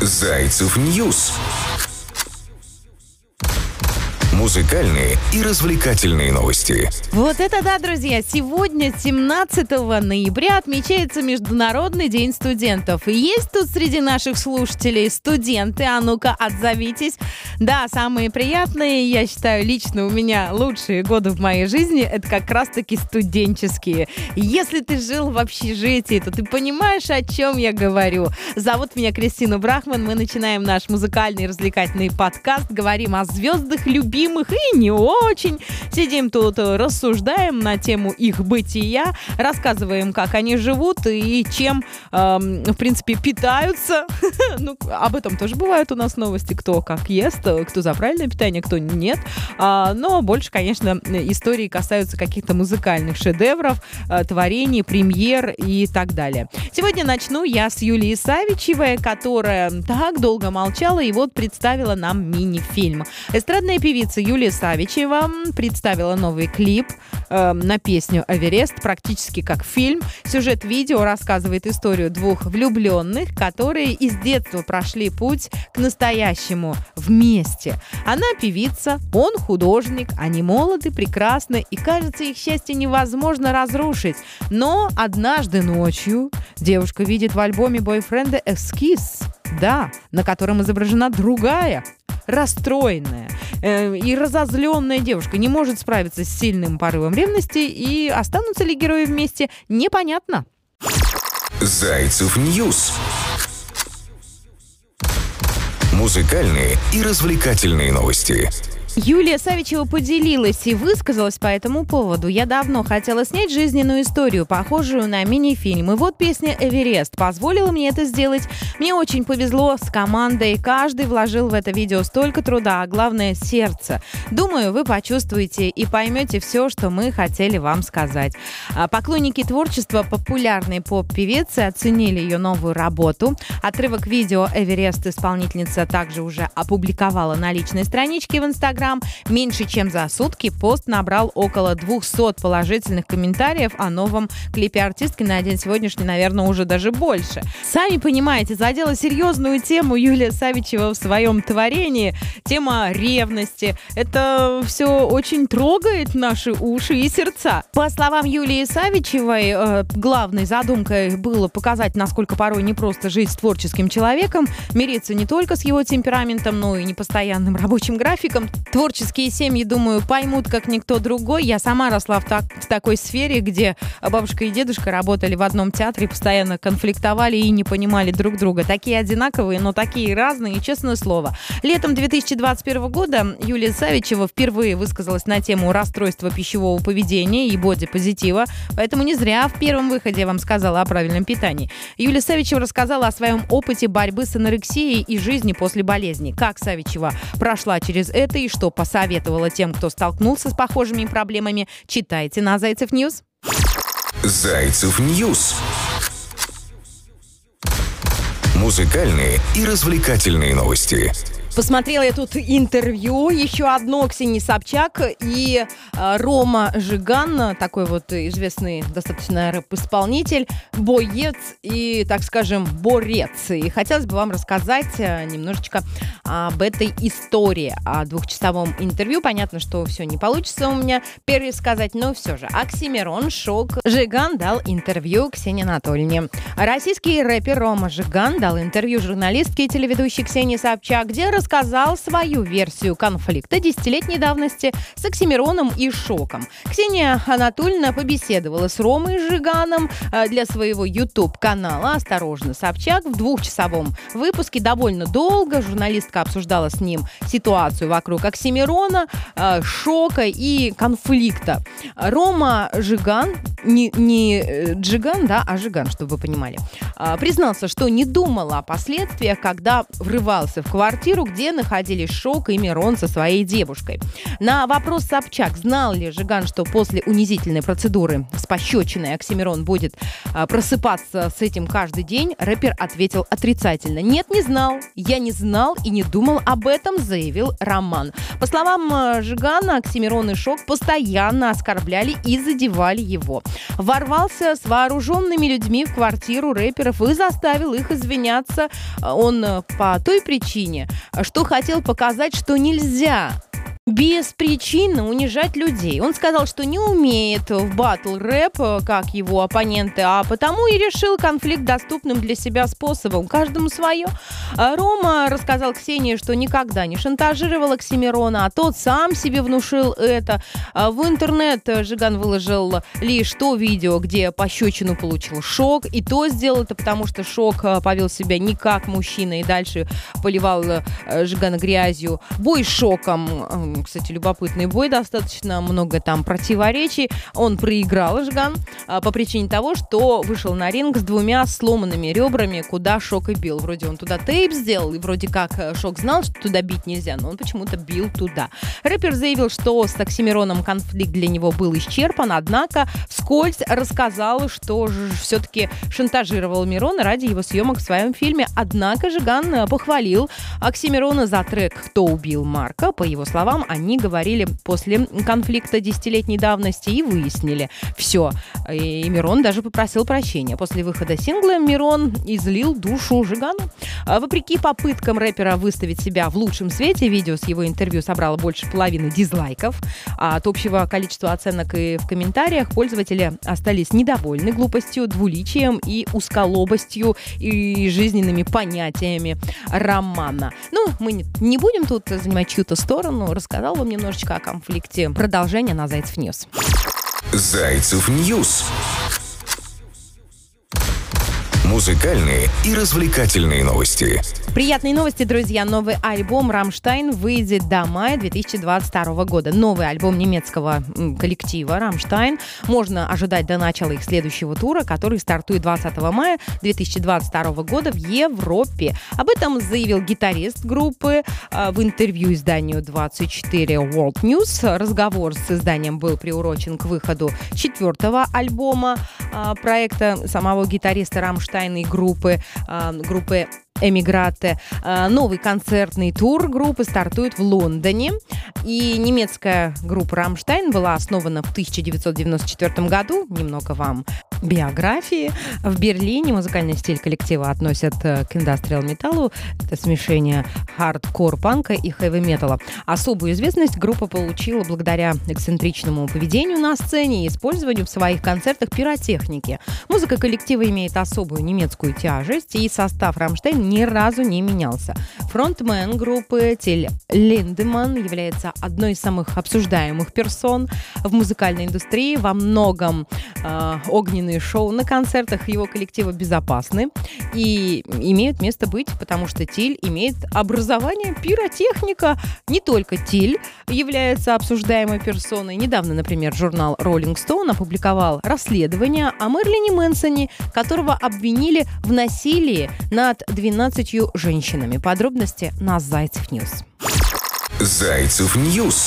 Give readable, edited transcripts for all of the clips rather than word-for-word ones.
Зайцев Ньюс. Музыкальные и развлекательные новости. Вот это да, друзья! Сегодня, 17 ноября, отмечается Международный день студентов. И есть тут среди наших слушателей студенты. А ну-ка, отзовитесь. Да, самые приятные, я считаю, лично у меня лучшие годы в моей жизни, это как раз-таки студенческие. Если ты жил в общежитии, то ты понимаешь, о чем я говорю. Зовут меня Кристина Брахман. Мы начинаем наш музыкальный и развлекательный подкаст. Говорим о звездах, любимых и не очень. Сидим тут, рассуждаем на тему их бытия, рассказываем, как они живут и чем, в принципе, питаются. Ну, об этом тоже бывают у нас новости, кто как ест, кто за правильное питание, кто нет. Но больше, конечно, истории касаются каких-то музыкальных шедевров, творений, премьер и так далее. Сегодня начну я с Юлии Савичевой, которая так долго молчала и вот представила нам мини-фильм. Эстрадная певица Юлия Савичева представила новый клип на песню «Эверест», практически как фильм. Сюжет видео рассказывает историю двух влюбленных, которые из детства прошли путь к настоящему вместе. Она певица, он художник, они молоды, прекрасны, и, кажется, их счастье невозможно разрушить. Но однажды ночью девушка видит в альбоме бойфренда эскиз, да, на котором изображена другая, расстроенная и разозленная девушка, не может справиться с сильным порывом ревности, и останутся ли герои вместе, непонятно. Зайцев Ньюс. Музыкальные и развлекательные новости. Юлия Савичева поделилась и высказалась по этому поводу. Я давно хотела снять жизненную историю, похожую на мини-фильм. И вот песня «Эверест» позволила мне это сделать. Мне очень повезло с командой. Каждый вложил в это видео столько труда, а главное — сердце. Думаю, вы почувствуете и поймете все, что мы хотели вам сказать. Поклонники творчества популярной поп-певицы оценили ее новую работу. Отрывок видео «Эверест» исполнительница также уже опубликовала на личной страничке в Инстаграм. Меньше чем за сутки пост набрал около 200 положительных комментариев о новом клипе артистки. На день сегодняшний, наверное, уже даже больше. Сами понимаете, задела серьезную тему Юлия Савичева в своем творении. Тема ревности. Это все очень трогает наши уши и сердца. По словам Юлии Савичевой, главной задумкой было показать, насколько порой непросто жить с творческим человеком, мириться не только с его темпераментом, но и непостоянным рабочим графиком. Творческие семьи, думаю, поймут, как никто другой. Я сама росла в такой сфере, где бабушка и дедушка работали в одном театре, постоянно конфликтовали и не понимали друг друга. Такие одинаковые, но такие разные, честное слово. Летом 2021 года Юлия Савичева впервые высказалась на тему расстройства пищевого поведения и бодипозитива, поэтому не зря в первом выходе я вам сказала о правильном питании. Юлия Савичева рассказала о своем опыте борьбы с анорексией и жизни после болезни, как Савичева прошла через это и что посоветовала тем, кто столкнулся с похожими проблемами. Читайте на Зайцев Ньюс. Зайцев Ньюс. Музыкальные и развлекательные новости. Посмотрела я тут интервью, еще одно, Ксении Собчак и Рома Жиган, такой вот известный достаточно рэп-исполнитель, боец и, так скажем, борец. И хотелось бы вам рассказать немножечко об этой истории, о двухчасовом интервью. Понятно, что все не получится у меня пересказать, но все же. Оксимирон, шок. Жиган дал интервью Ксении Анатольевне. Российский рэпер Рома Жиган дал интервью журналистке и телеведущей Ксении Собчак, где рассказал свою версию конфликта десятилетней давности с Оксимироном и Шоком. Ксения Анатольевна побеседовала с Ромой Жиганом для своего YouTube-канала «Осторожно, Собчак». В двухчасовом выпуске довольно долго журналистка обсуждала с ним ситуацию вокруг Оксимирона, Шока и конфликта. Рома Жиган, не Джиган, да, а Жиган, чтобы вы понимали, признался, что не думал о последствиях, когда врывался в квартиру, где находились Шок и Мирон со своей девушкой. На вопрос Собчак, знал ли Жиган, что после унизительной процедуры с пощечиной Оксимирон будет просыпаться с этим каждый день, рэпер ответил отрицательно. «Нет, не знал. Я не знал и не думал об этом», заявил Роман. По словам Жигана, Оксимирон и Шок постоянно оскорбляли и задевали его. Ворвался с вооруженными людьми в квартиру рэперов и заставил их извиняться. Он по той причине, что хотел показать, что нельзя беспричинно унижать людей. Он сказал, что не умеет в батл рэп, как его оппоненты, а потому и решил конфликт доступным для себя способом. Каждому свое. Рома рассказал Ксении, что никогда не шантажировал Оксимирона, а тот сам себе внушил это. В интернет Жиган выложил лишь то видео, где пощечину получил Шок, и то сделал это потому, что Шок повел себя не как мужчина и дальше поливал Жигана грязью. Бой с Шоком, кстати, любопытный бой, достаточно много там противоречий. Он проиграл, Жиган, по причине того, что вышел на ринг с 2 сломанными ребрами, куда Шок и бил. Вроде он туда тейп сделал, и вроде как Шок знал, что туда бить нельзя, но он почему-то бил туда. Рэпер заявил, что с Оксимироном конфликт для него был исчерпан, однако вскользь рассказал, что все-таки шантажировал Мирона ради его съемок в своем фильме. Однако Жиган похвалил Оксимирона за трек «Кто убил Марка». По его словам, они говорили после конфликта 10-летней давности и выяснили все. И Мирон даже попросил прощения. После выхода сингла Мирон излил душу Жигану. Вопреки попыткам рэпера выставить себя в лучшем свете, видео с его интервью собрало больше половины дизлайков. А от общего количества оценок и в комментариях пользователи остались недовольны глупостью, двуличием и узколобостью и жизненными понятиями Романа. Ну, мы не будем тут занимать чью-то сторону. Рассказал вам немножечко о конфликте. Продолжение на Зайцев Ньюс. Зайцев Ньюс. Музыкальные и развлекательные новости. Приятные новости, друзья. Новый альбом «Рамштайн» выйдет до мая 2022 года. Новый альбом немецкого коллектива «Рамштайн» можно ожидать до начала их следующего тура, который стартует 20 мая 2022 года в Европе. Об этом заявил гитарист группы в интервью изданию 24 World News. Разговор с изданием был приурочен к выходу 4-го альбома проекта самого гитариста «Рамштайн» и группы «Эмиграте». Новый концертный тур группы стартует в Лондоне. И немецкая группа «Рамштайн» была основана в 1994 году. Немного вам биографии. В Берлине музыкальный стиль коллектива относят к индастриал-металлу. Это смешение хардкор-панка и хэви-металла. Особую известность группа получила благодаря эксцентричному поведению на сцене и использованию в своих концертах пиротехники. Музыка коллектива имеет особую немецкую тяжесть, и состав «Рамштайн» ни разу не менялся. Фронтмен группы Тиль Линдеманн является одной из самых обсуждаемых персон в музыкальной индустрии. Во многом огненные шоу на концертах его коллектива безопасны и имеют место быть, потому что Тиль имеет образование пиротехника. Не только Тиль является обсуждаемой персоной. Недавно, например, журнал Rolling Stone опубликовал расследование о Мэрилине Мэнсоне, которого обвинили в насилии над 12 женщинами. Подробности на Зайцев Ньюс. Зайцев Ньюс.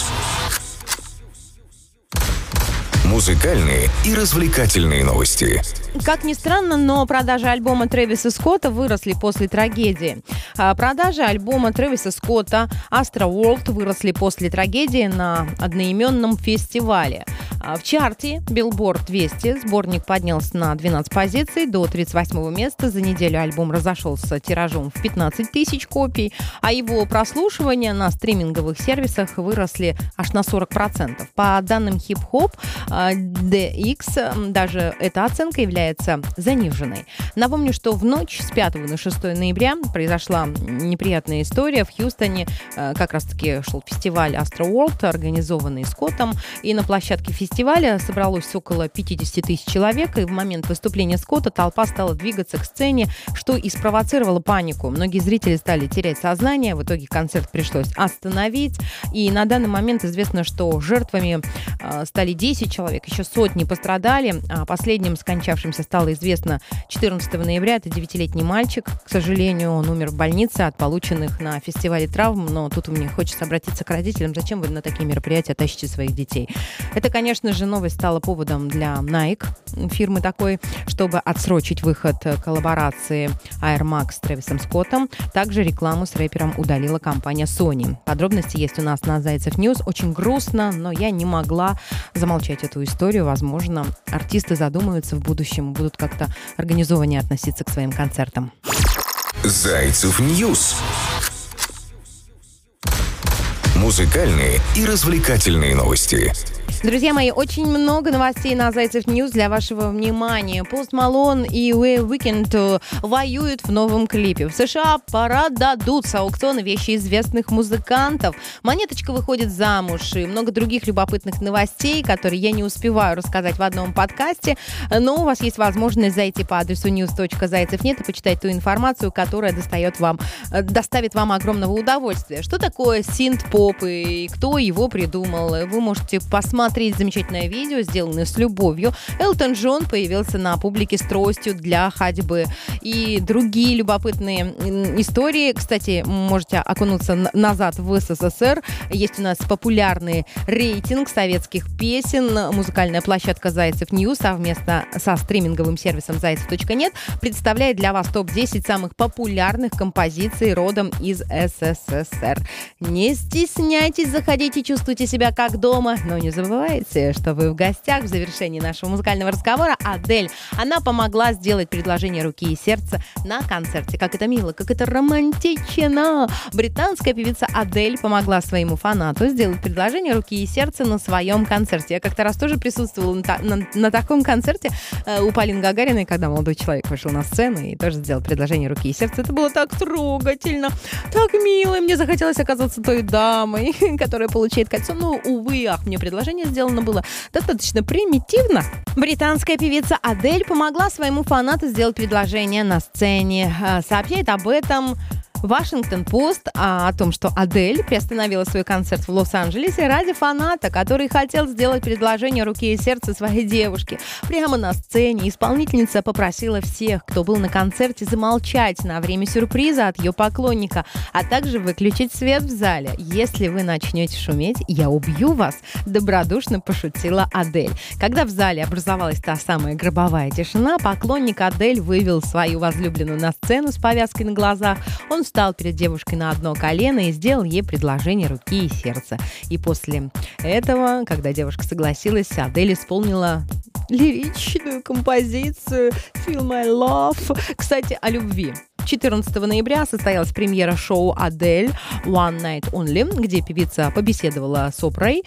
Музыкальные и развлекательные новости. Как ни странно, но продажи альбома Трэвиса Скотта выросли после трагедии. Продажи альбома Трэвиса Скотта Astroworld выросли после трагедии на одноименном фестивале. В чарте Billboard 200 сборник поднялся на 12 позиций до 38 места. За неделю альбом разошелся тиражом в 15 тысяч копий, а его прослушивания на стриминговых сервисах выросли аж на 40%. По данным Hip Hop DX, даже эта оценка является заниженной. Напомню, что в ночь с 5 на 6 ноября произошла неприятная история. В Хьюстоне как раз-таки шел фестиваль Astroworld, организованный Скоттом, и на площадке фестиваля собралось около 50 тысяч человек, и в момент выступления Скотта толпа стала двигаться к сцене, что и спровоцировало панику. Многие зрители стали терять сознание, в итоге концерт пришлось остановить, и на данный момент известно, что жертвами стали 10 человек, еще сотни пострадали, а последним скончавшимся событием стало известно 14 ноября. Это 9-летний мальчик. К сожалению, он умер в больнице от полученных на фестивале травм. Но тут мне хочется обратиться к родителям. Зачем вы на такие мероприятия тащите своих детей? Это, конечно же, новость стала поводом для Nike, фирмы такой, чтобы отсрочить выход коллаборации Air Max с Трэвисом Скоттом. Также рекламу с рэпером удалила компания Sony. Подробности есть у нас на Зайцев Ньюс. Очень грустно, но я не могла замолчать эту историю. Возможно, артисты задумаются в будущем, будут как-то организованнее относиться к своим концертам. Зайцев Ньюс. Музыкальные и развлекательные новости. Друзья мои, очень много новостей на Зайцев Ньюс для вашего внимания. Пост Малон и Уикенд воюют в новом клипе. В США продадут с аукциона вещи известных музыкантов. Монеточка выходит замуж и много других любопытных новостей, которые я не успеваю рассказать в одном подкасте. Но у вас есть возможность зайти по адресу news.зайцев.нет и почитать ту информацию, которая доставит вам огромного удовольствия. Что такое синт-поп и кто его придумал? Вы можете посмотреть замечательное видео, сделанное с любовью. Элтон Джон появился на публике с тростью для ходьбы. И другие любопытные истории. Кстати, можете окунуться назад в СССР. Есть у нас популярный рейтинг советских песен. Музыкальная площадка Зайцев Ньюс совместно со стриминговым сервисом Зайцев.нет представляет для вас топ-10 самых популярных композиций родом из СССР. Не стесняйтесь, заходите, чувствуйте себя как дома, но не забывайте, что вы в гостях. В завершении нашего музыкального разговора Адель. Она помогла сделать предложение руки и сердца на концерте. Как это мило, как это романтично. Британская певица Адель помогла своему фанату сделать предложение руки и сердца на своем концерте. Я как-то раз тоже присутствовала на таком концерте у Полины Гагариной, когда молодой человек вышел на сцену и тоже сделал предложение руки и сердца. Это было так трогательно, так мило. И мне захотелось оказаться той дамой, которая получает кольцо. Ну, увы, ах, мне предложение сделано было достаточно примитивно. Британская певица Адель помогла своему фанату сделать предложение на сцене. Сообщает об этом Вашингтон-Пост о том, что Адель приостановила свой концерт в Лос-Анджелесе ради фаната, который хотел сделать предложение руки и сердца своей девушке. Прямо на сцене исполнительница попросила всех, кто был на концерте, замолчать на время сюрприза от ее поклонника, а также выключить свет в зале. «Если вы начнете шуметь, я убью вас», — добродушно пошутила Адель. Когда в зале образовалась та самая гробовая тишина, поклонник Адель вывел свою возлюбленную на сцену с повязкой на глазах. Он встал перед девушкой на одно колено и сделал ей предложение руки и сердца. И после этого, когда девушка согласилась, Адель исполнила лиричную композицию «Feel My Love». Кстати, о любви. 14 ноября состоялась премьера шоу «Адель One Night Only», где певица побеседовала с Опрой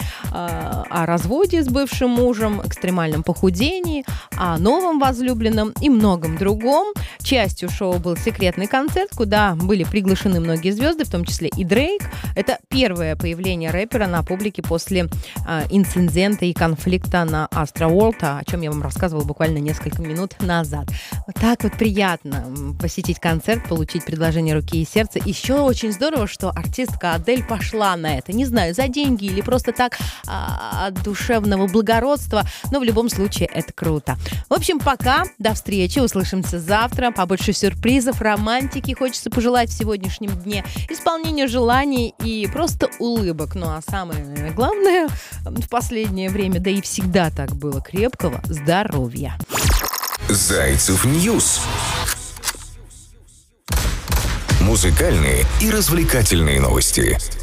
о разводе с бывшим мужем, экстремальном похудении, о новом возлюбленном и многом другом. Частью шоу был секретный концерт, куда были приглашены многие звезды, в том числе и Дрейк. Это первое появление рэпера на публике после инцидента и конфликта на Astroworld, о чем я вам рассказывала буквально несколько минут назад. Вот так вот приятно посетить концерт, получить предложение руки и сердца. Еще очень здорово, что артистка Адель пошла на это. Не знаю, за деньги или просто так от душевного благородства, но в любом случае это круто. В общем, пока, до встречи, услышимся завтра. Побольше сюрпризов, романтики хочется пожелать в сегодняшнем дне, исполнения желаний и просто улыбок. Ну а самое, наверное, главное в последнее время, да и всегда так было, крепкого здоровья. Зайцев Ньюс. Музыкальные и развлекательные новости.